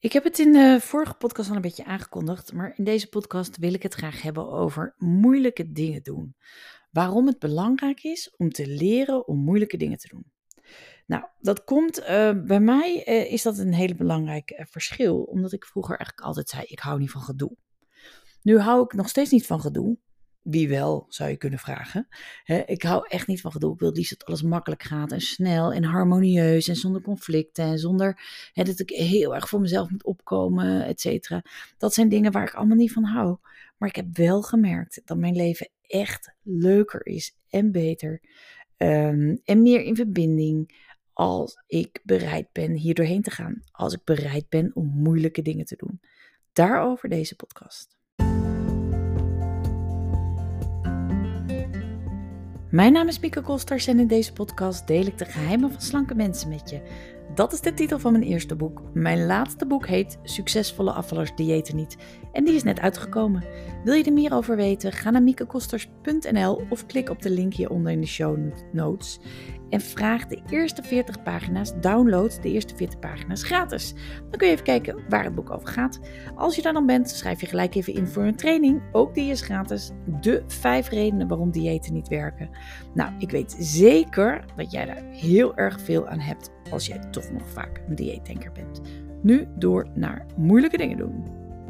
Ik heb het in de vorige podcast al een beetje aangekondigd, maar in deze podcast wil ik het graag hebben over moeilijke dingen doen. Waarom het belangrijk is om te leren om moeilijke dingen te doen. Nou, dat komt bij mij is dat een hele belangrijk verschil, omdat ik vroeger eigenlijk altijd zei: ik hou niet van gedoe. Nu hou ik nog steeds niet van gedoe. Wie wel, zou je kunnen vragen. Ik hou echt niet van gedoe. Ik wil het liefst dat alles makkelijk gaat en snel en harmonieus en zonder conflicten en zonder dat ik heel erg voor mezelf moet opkomen, et cetera. Dat zijn dingen waar ik allemaal niet van hou. Maar ik heb wel gemerkt dat mijn leven echt leuker is en beter en meer in verbinding als ik bereid ben hier doorheen te gaan. Als ik bereid ben om moeilijke dingen te doen. Daarover deze podcast. Mijn naam is Mieke Kolsters en in deze podcast deel ik de geheimen van slanke mensen met je. Dat is de titel van mijn eerste boek. Mijn laatste boek heet Succesvolle afvallers diëten niet en die is net uitgekomen. Wil je er meer over weten? Ga naar miekekosters.nl of klik op de link hieronder in de show notes. En vraag de eerste 40 pagina's, download de eerste 40 pagina's gratis. Dan kun je even kijken waar het boek over gaat. Als je daar dan bent, schrijf je gelijk even in voor een training. Ook die is gratis. De 5 redenen waarom diëten niet werken. Nou, ik weet zeker dat jij daar heel erg veel aan hebt als jij toch nog vaak een dieetdenker bent. Nu door naar moeilijke dingen doen.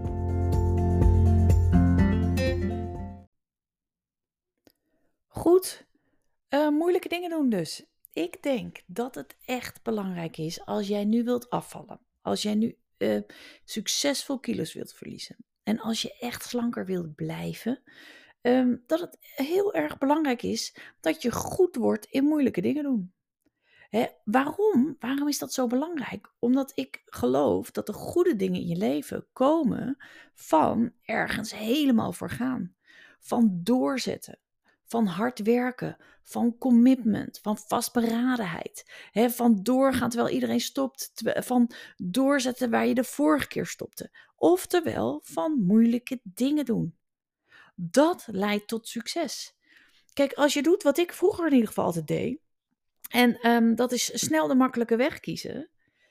Goed. Moeilijke dingen doen dus. Ik denk dat het echt belangrijk is als jij nu wilt afvallen. Als jij nu succesvol kilo's wilt verliezen. En als je echt slanker wilt blijven. Dat het heel erg belangrijk is dat je goed wordt in moeilijke dingen doen. Waarom? Waarom is dat zo belangrijk? Omdat ik geloof dat de goede dingen in je leven komen van ergens helemaal voor gaan. Van doorzetten. Van hard werken, van commitment, van vastberadenheid. Van doorgaan terwijl iedereen stopt, van doorzetten waar je de vorige keer stopte. Oftewel van moeilijke dingen doen. Dat leidt tot succes. Kijk, als je doet wat ik vroeger in ieder geval altijd deed, en dat is snel de makkelijke weg kiezen,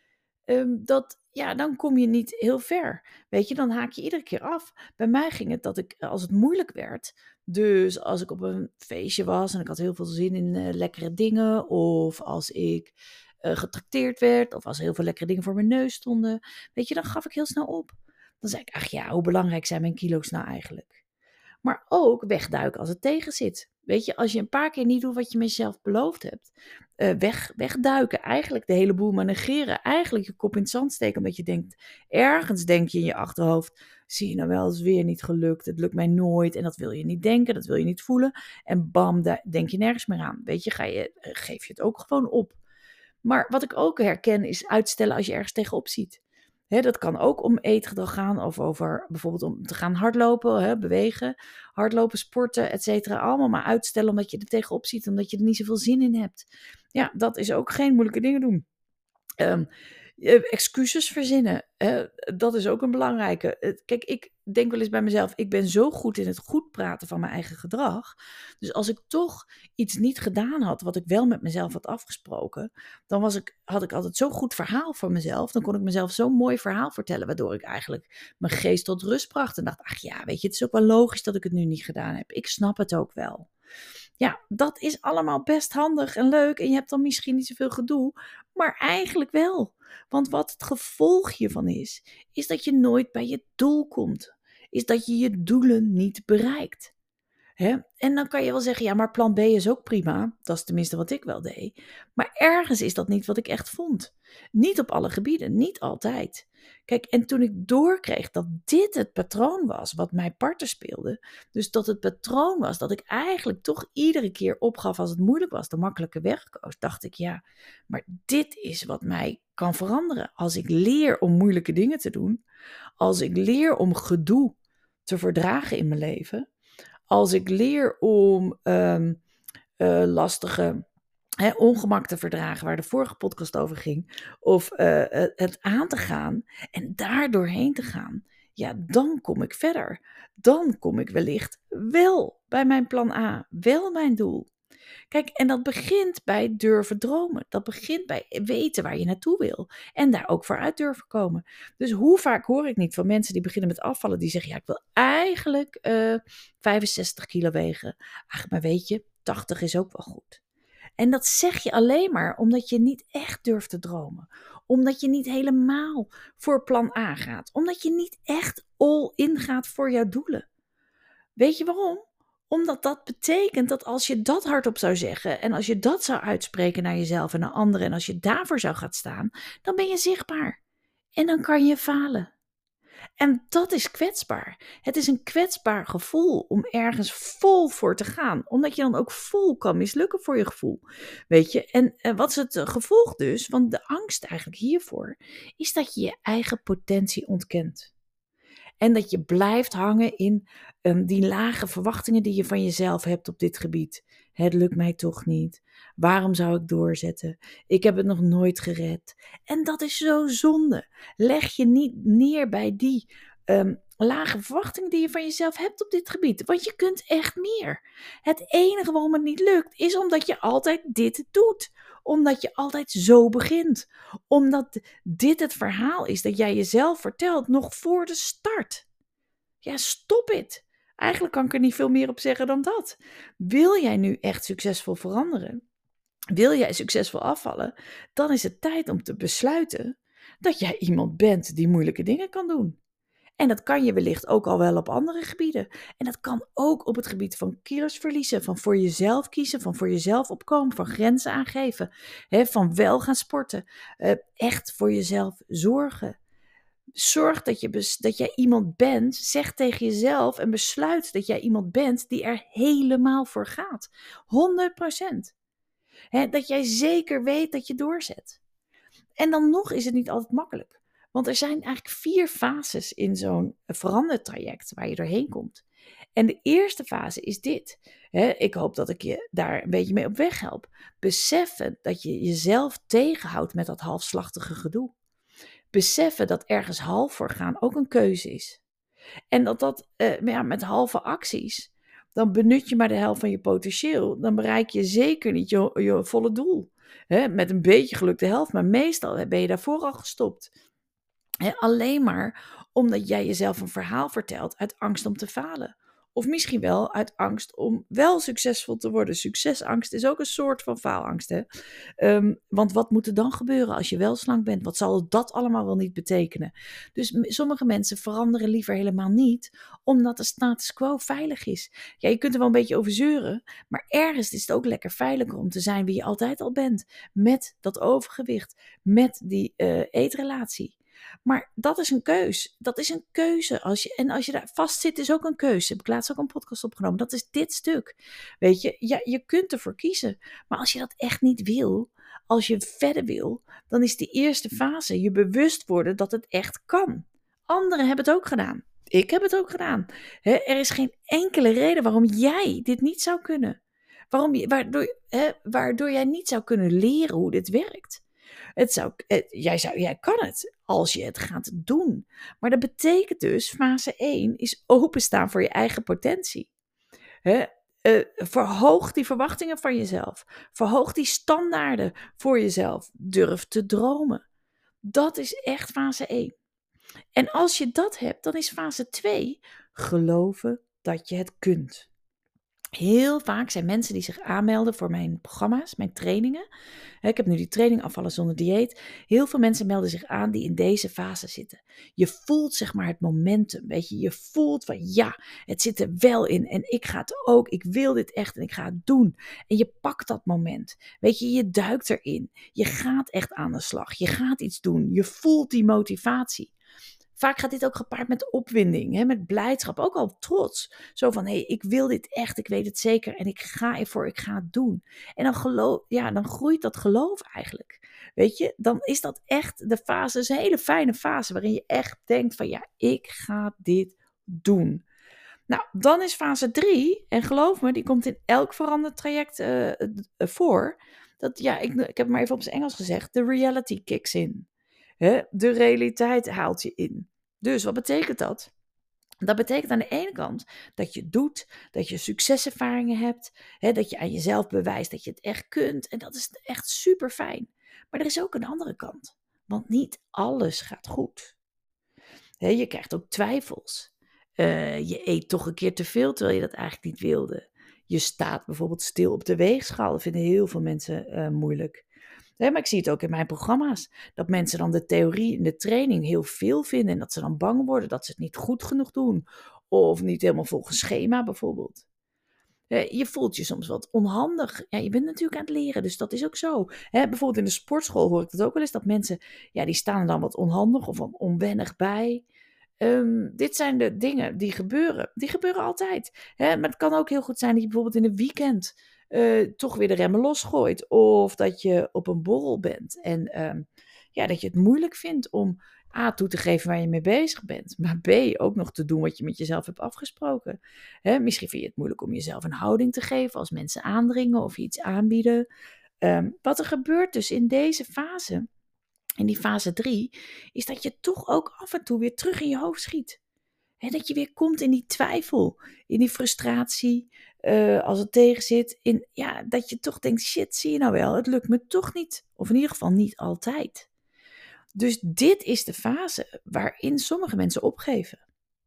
dan kom je niet heel ver. Weet je, dan haak je iedere keer af. Bij mij ging het dat ik, als het moeilijk werd, dus als ik op een feestje was en ik had heel veel zin in lekkere dingen, of als ik getrakteerd werd, of als er heel veel lekkere dingen voor mijn neus stonden, weet je, dan gaf ik heel snel op. Dan zei ik, ach ja, hoe belangrijk zijn mijn kilo's nou eigenlijk? Maar ook wegduiken als het tegen zit. Weet je, als je een paar keer niet doet wat je jezelf beloofd hebt. Wegduiken, eigenlijk de hele boel maar negeren. Eigenlijk je kop in het zand steken omdat je denkt, ergens denk je in je achterhoofd, zie je nou wel, het is weer niet gelukt, het lukt mij nooit. En dat wil je niet denken, dat wil je niet voelen. En bam, daar denk je nergens meer aan. Weet je, geef je het ook gewoon op. Maar wat ik ook herken is uitstellen als je ergens tegenop ziet. Dat kan ook om eetgedrag gaan of over bijvoorbeeld om te gaan hardlopen, bewegen, hardlopen, sporten, et cetera. Allemaal maar uitstellen omdat je er tegenop ziet, omdat je er niet zoveel zin in hebt. Ja, dat is ook geen moeilijke dingen doen. Excuses verzinnen, dat is ook een belangrijke. Kijk, ik denk wel eens bij mezelf, ik ben zo goed in het goed praten van mijn eigen gedrag. Dus als ik toch iets niet gedaan had, wat ik wel met mezelf had afgesproken, dan had ik altijd zo'n goed verhaal voor mezelf. Dan kon ik mezelf zo'n mooi verhaal vertellen, waardoor ik eigenlijk mijn geest tot rust bracht. En dacht, ach ja, weet je, het is ook wel logisch dat ik het nu niet gedaan heb. Ik snap het ook wel. Ja, dat is allemaal best handig en leuk en je hebt dan misschien niet zoveel gedoe, maar eigenlijk wel. Want wat het gevolg hiervan is dat je nooit bij je doel komt. Is dat je je doelen niet bereikt. En dan kan je wel zeggen, ja, maar plan B is ook prima. Dat is tenminste wat ik wel deed. Maar ergens is dat niet wat ik echt vond. Niet op alle gebieden, niet altijd. Kijk, en toen ik doorkreeg dat dit het patroon was wat mij parten speelde, dus dat het patroon was dat ik eigenlijk toch iedere keer opgaf als het moeilijk was, de makkelijke weg koos, dacht ik, ja, maar dit is wat mij kan veranderen. Als ik leer om moeilijke dingen te doen, als ik leer om gedoe te verdragen in mijn leven, als ik leer om lastige ongemak te verdragen, waar de vorige podcast over ging, of het aan te gaan en daar doorheen te gaan, ja, dan kom ik verder. Dan kom ik wellicht wel bij mijn plan A, wel mijn doel. Kijk, en dat begint bij durven dromen. Dat begint bij weten waar je naartoe wil. En daar ook voor uit durven komen. Dus hoe vaak hoor ik niet van mensen die beginnen met afvallen. Die zeggen, ja, ik wil eigenlijk 65 kilo wegen. Ach, maar weet je, 80 is ook wel goed. En dat zeg je alleen maar omdat je niet echt durft te dromen. Omdat je niet helemaal voor plan A gaat. Omdat je niet echt all in gaat voor jouw doelen. Weet je waarom? Omdat dat betekent dat als je dat hardop zou zeggen en als je dat zou uitspreken naar jezelf en naar anderen en als je daarvoor zou gaan staan, dan ben je zichtbaar. En dan kan je falen. En dat is kwetsbaar. Het is een kwetsbaar gevoel om ergens vol voor te gaan, omdat je dan ook vol kan mislukken voor je gevoel. Weet je, en wat is het gevolg dus? Want de angst eigenlijk hiervoor is dat je je eigen potentie ontkent. En dat je blijft hangen in die lage verwachtingen die je van jezelf hebt op dit gebied. Het lukt mij toch niet. Waarom zou ik doorzetten? Ik heb het nog nooit gered. En dat is zo zonde. Leg je niet neer bij die lage verwachtingen die je van jezelf hebt op dit gebied. Want je kunt echt meer. Het enige waarom het niet lukt is omdat je altijd dit doet. Omdat je altijd zo begint. Omdat dit het verhaal is dat jij jezelf vertelt nog voor de start. Ja, stop het. Eigenlijk kan ik er niet veel meer op zeggen dan dat. Wil jij nu echt succesvol veranderen? Wil jij succesvol afvallen? Dan is het tijd om te besluiten dat jij iemand bent die moeilijke dingen kan doen. En dat kan je wellicht ook al wel op andere gebieden. En dat kan ook op het gebied van kilo's verliezen, van voor jezelf kiezen, van voor jezelf opkomen, van grenzen aangeven, van wel gaan sporten, echt voor jezelf zorgen. Zorg dat jij iemand bent, zeg tegen jezelf en besluit dat jij iemand bent die er helemaal voor gaat. 100%. Dat jij zeker weet dat je doorzet. En dan nog is het niet altijd makkelijk. Want er zijn eigenlijk 4 fases in zo'n verandertraject waar je doorheen komt. En de eerste fase is dit. Ik hoop dat ik je daar een beetje mee op weg help. Beseffen dat je jezelf tegenhoudt met dat halfslachtige gedoe. Beseffen dat ergens half voor gaan ook een keuze is. En dat met halve acties, dan benut je maar de helft van je potentieel. Dan bereik je zeker niet je volle doel. Met een beetje geluk de helft, maar meestal ben je daarvoor al gestopt. Alleen maar omdat jij jezelf een verhaal vertelt uit angst om te falen. Of misschien wel uit angst om wel succesvol te worden. Succesangst is ook een soort van faalangst. Hè? Want wat moet er dan gebeuren als je wel slank bent? Wat zal dat allemaal wel niet betekenen? Dus sommige mensen veranderen liever helemaal niet, omdat de status quo veilig is. Ja, je kunt er wel een beetje over zeuren, maar ergens is het ook lekker veiliger om te zijn wie je altijd al bent. Met dat overgewicht, met die eetrelatie. Maar dat is een keus. Dat is een keuze. Als je daar vast zit, is ook een keuze. Heb ik laatst ook een podcast opgenomen. Dat is dit stuk. Weet je, ja, je kunt ervoor kiezen. Maar als je dat echt niet wil, als je verder wil, dan is die eerste fase je bewust worden dat het echt kan. Anderen hebben het ook gedaan. Ik heb het ook gedaan. Er is geen enkele reden waarom jij dit niet zou kunnen. Waardoor jij niet zou kunnen leren hoe dit werkt. Jij kan het als je het gaat doen. Maar dat betekent dus, fase 1 is openstaan voor je eigen potentie. Verhoog die verwachtingen van jezelf. Verhoog die standaarden voor jezelf. Durf te dromen. Dat is echt fase 1. En als je dat hebt, dan is fase 2 geloven dat je het kunt. Heel vaak zijn mensen die zich aanmelden voor mijn programma's, mijn trainingen. Ik heb nu die training afvallen zonder dieet. Heel veel mensen melden zich aan die in deze fase zitten. Je voelt zeg maar het momentum, weet je. Je voelt van ja, het zit er wel in en ik ga het ook. Ik wil dit echt en ik ga het doen. En je pakt dat moment. Weet je, je duikt erin. Je gaat echt aan de slag. Je gaat iets doen. Je voelt die motivatie. Vaak gaat dit ook gepaard met opwinding, met blijdschap, ook al trots. Zo van, ik wil dit echt, ik weet het zeker en ik ga ervoor, ik ga het doen. En dan groeit dat geloof eigenlijk. Weet je, dan is dat echt de fase, is een hele fijne fase waarin je echt denkt van, ja, ik ga dit doen. Nou, dan is fase 3, en geloof me, die komt in elk veranderd traject voor. Ik heb het maar even op zijn Engels gezegd, the reality kicks in. De realiteit haalt je in. Dus wat betekent dat? Dat betekent aan de ene kant dat je doet, dat je succeservaringen hebt, dat je aan jezelf bewijst dat je het echt kunt. En dat is echt super fijn. Maar er is ook een andere kant. Want niet alles gaat goed. Je krijgt ook twijfels. Je eet toch een keer te veel terwijl je dat eigenlijk niet wilde. Je staat bijvoorbeeld stil op de weegschaal. Dat vinden heel veel mensen moeilijk. Maar ik zie het ook in mijn programma's. Dat mensen dan de theorie en de training heel veel vinden. En dat ze dan bang worden dat ze het niet goed genoeg doen. Of niet helemaal volgens schema bijvoorbeeld. Je voelt je soms wat onhandig. Ja, je bent natuurlijk aan het leren, dus dat is ook zo. Bijvoorbeeld in de sportschool hoor ik dat ook wel eens. Dat mensen, ja, die staan er dan wat onhandig of onwennig bij. Dit zijn de dingen die gebeuren. Die gebeuren altijd. Maar het kan ook heel goed zijn dat je bijvoorbeeld in een weekend toch weer de remmen losgooit. Of dat je op een borrel bent. En ja, dat je het moeilijk vindt om A, toe te geven waar je mee bezig bent. Maar B, ook nog te doen wat je met jezelf hebt afgesproken. Misschien vind je het moeilijk om jezelf een houding te geven als mensen aandringen of je iets aanbieden. Wat er gebeurt dus in deze fase, in die fase 3, is dat je toch ook af en toe weer terug in je hoofd schiet. Dat je weer komt in die twijfel, in die frustratie, als het tegenzit. Ja, dat je toch denkt, shit, zie je nou wel, het lukt me toch niet. Of in ieder geval niet altijd. Dus dit is de fase waarin sommige mensen opgeven.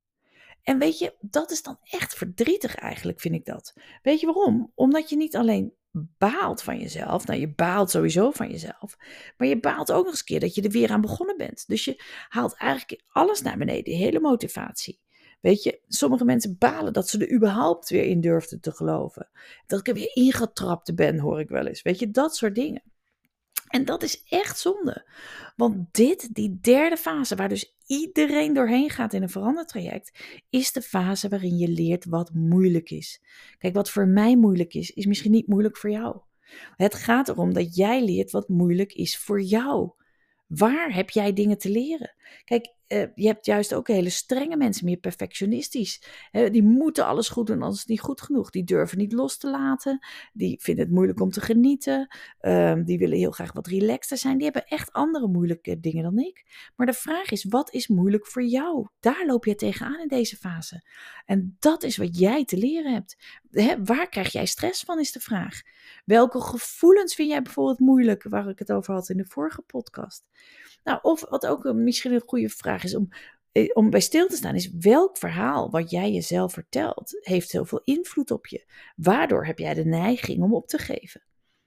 En weet je, dat is dan echt verdrietig eigenlijk, vind ik dat. Weet je waarom? Omdat je niet alleen baalt van jezelf. Nou, je baalt sowieso van jezelf. Maar je baalt ook nog eens een keer dat je er weer aan begonnen bent. Dus je haalt eigenlijk alles naar beneden, de hele motivatie. Weet je, sommige mensen balen dat ze er überhaupt weer in durfden te geloven. Dat ik er weer ingetrapt ben, hoor ik wel eens. Weet je, dat soort dingen. En dat is echt zonde. Want die derde fase, waar dus iedereen doorheen gaat in een verandertraject, is de fase waarin je leert wat moeilijk is. Kijk, wat voor mij moeilijk is misschien niet moeilijk voor jou. Het gaat erom dat jij leert wat moeilijk is voor jou. Waar heb jij dingen te leren? Kijk, je hebt juist ook hele strenge mensen, meer perfectionistisch. Die moeten alles goed doen, anders is het niet goed genoeg. Die durven niet los te laten. Die vinden het moeilijk om te genieten. Die willen heel graag wat relaxter zijn. Die hebben echt andere moeilijke dingen dan ik. Maar de vraag is, wat is moeilijk voor jou? Daar loop je tegenaan in deze fase. En dat is wat jij te leren hebt. Waar krijg jij stress van, is de vraag. Welke gevoelens vind jij bijvoorbeeld moeilijk, waar ik het over had in de vorige podcast? Nou, of wat ook misschien een goede vraag is om bij stil te staan, is welk verhaal wat jij jezelf vertelt, heeft heel veel invloed op je. Waardoor heb jij de neiging om op te geven?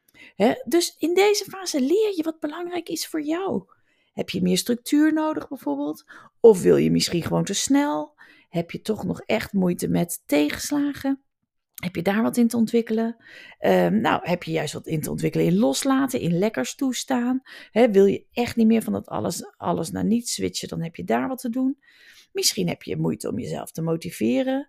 Dus in deze fase leer je wat belangrijk is voor jou. Heb je meer structuur nodig bijvoorbeeld? Of wil je misschien gewoon te snel? Heb je toch nog echt moeite met tegenslagen? Heb je daar wat in te ontwikkelen? Nou, heb je juist wat in te ontwikkelen in loslaten, in lekkers toestaan? Wil je echt niet meer van dat alles naar niets switchen, dan heb je daar wat te doen. Misschien heb je moeite om jezelf te motiveren.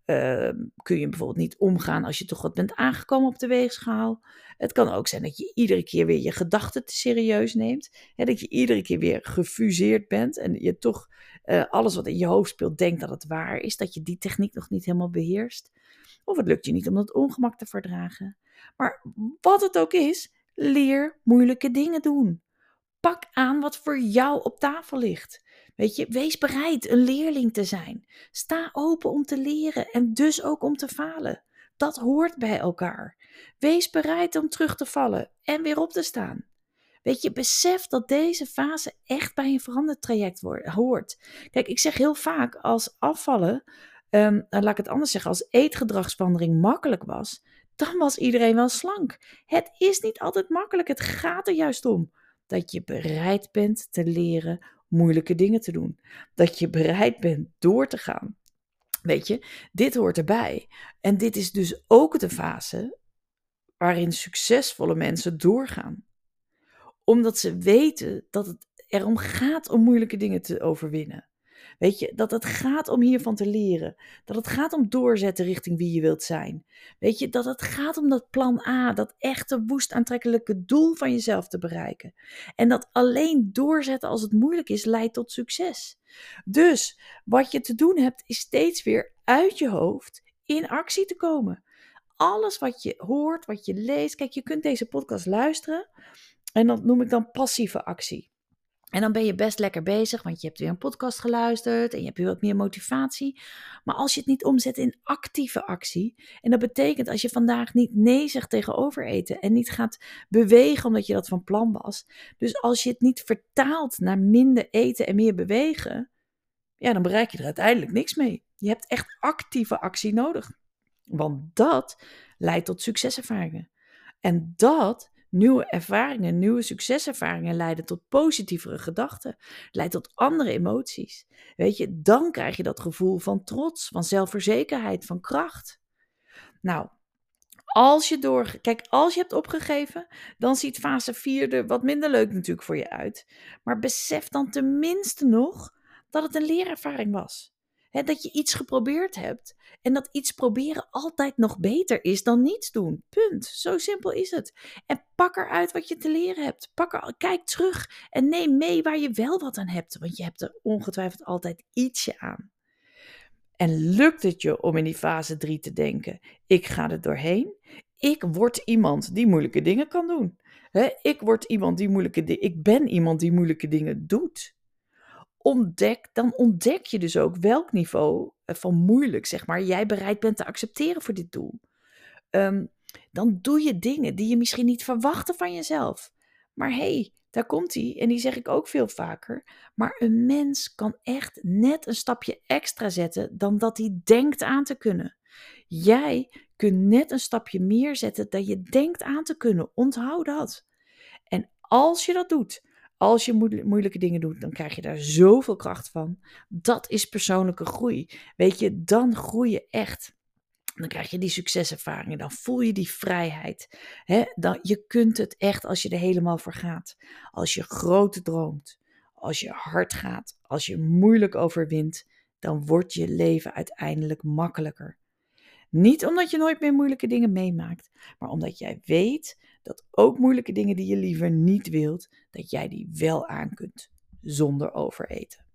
Kun je bijvoorbeeld niet omgaan als je toch wat bent aangekomen op de weegschaal. Het kan ook zijn dat je iedere keer weer je gedachten te serieus neemt. Dat je iedere keer weer gefuseerd bent en je toch alles wat in je hoofd speelt denkt dat het waar is. Dat je die techniek nog niet helemaal beheerst. Of het lukt je niet om dat ongemak te verdragen. Maar wat het ook is, leer moeilijke dingen doen. Pak aan wat voor jou op tafel ligt. Weet je, wees bereid een leerling te zijn. Sta open om te leren en dus ook om te falen. Dat hoort bij elkaar. Wees bereid om terug te vallen en weer op te staan. Weet je, besef dat deze fase echt bij een verandertraject hoort. Kijk, ik zeg heel vaak als afvallen, laat ik het anders zeggen, als eetgedragsverandering makkelijk was, dan was iedereen wel slank. Het is niet altijd makkelijk, het gaat er juist om dat je bereid bent te leren moeilijke dingen te doen. Dat je bereid bent door te gaan. Weet je, dit hoort erbij. En dit is dus ook de fase waarin succesvolle mensen doorgaan. Omdat ze weten dat het erom gaat om moeilijke dingen te overwinnen. Weet je, dat het gaat om hiervan te leren. Dat het gaat om doorzetten richting wie je wilt zijn. Weet je, dat het gaat om dat plan A, dat echte woest aantrekkelijke doel van jezelf te bereiken. En dat alleen doorzetten als het moeilijk is, leidt tot succes. Dus wat je te doen hebt, is steeds weer uit je hoofd in actie te komen. Alles wat je hoort, wat je leest. Kijk, je kunt deze podcast luisteren. En dat noem ik dan passieve actie. En dan ben je best lekker bezig, want je hebt weer een podcast geluisterd en je hebt weer wat meer motivatie. Maar als je het niet omzet in actieve actie, en dat betekent als je vandaag niet nee zegt tegen overeten en niet gaat bewegen omdat je dat van plan was. Dus als je het niet vertaalt naar minder eten en meer bewegen, ja, dan bereik je er uiteindelijk niks mee. Je hebt echt actieve actie nodig. Want dat leidt tot succeservaringen. En nieuwe ervaringen, nieuwe succeservaringen leiden tot positievere gedachten. Leidt tot andere emoties. Weet je, dan krijg je dat gevoel van trots, van zelfverzekerheid, van kracht. Nou, als je hebt opgegeven, dan ziet fase 4 er wat minder leuk natuurlijk voor je uit. Maar besef dan tenminste nog dat het een leerervaring was. Dat je iets geprobeerd hebt en dat iets proberen altijd nog beter is dan niets doen. Punt. Zo simpel is het. En pak eruit wat je te leren hebt. Kijk terug en neem mee waar je wel wat aan hebt, want je hebt er ongetwijfeld altijd ietsje aan. En lukt het je om in die fase 3 te denken, ik ga er doorheen, ik word iemand die moeilijke dingen kan doen. Ik ben iemand die moeilijke dingen doet. Dan ontdek je dus ook welk niveau van moeilijk, zeg maar, jij bereid bent te accepteren voor dit doel. Dan doe je dingen die je misschien niet verwachtte van jezelf. Maar hey, daar komt hij en die zeg ik ook veel vaker. Maar een mens kan echt net een stapje extra zetten dan dat hij denkt aan te kunnen. Jij kunt net een stapje meer zetten dan je denkt aan te kunnen. Onthoud dat. En als je dat doet, als je moeilijke dingen doet, dan krijg je daar zoveel kracht van. Dat is persoonlijke groei. Weet je, dan groei je echt. Dan krijg je die succeservaringen, dan voel je die vrijheid. Je kunt het echt als je er helemaal voor gaat. Als je groot droomt, als je hard gaat, als je moeilijk overwint, dan wordt je leven uiteindelijk makkelijker. Niet omdat je nooit meer moeilijke dingen meemaakt, maar omdat jij weet dat ook moeilijke dingen die je liever niet wilt, dat jij die wel aan kunt, zonder overeten.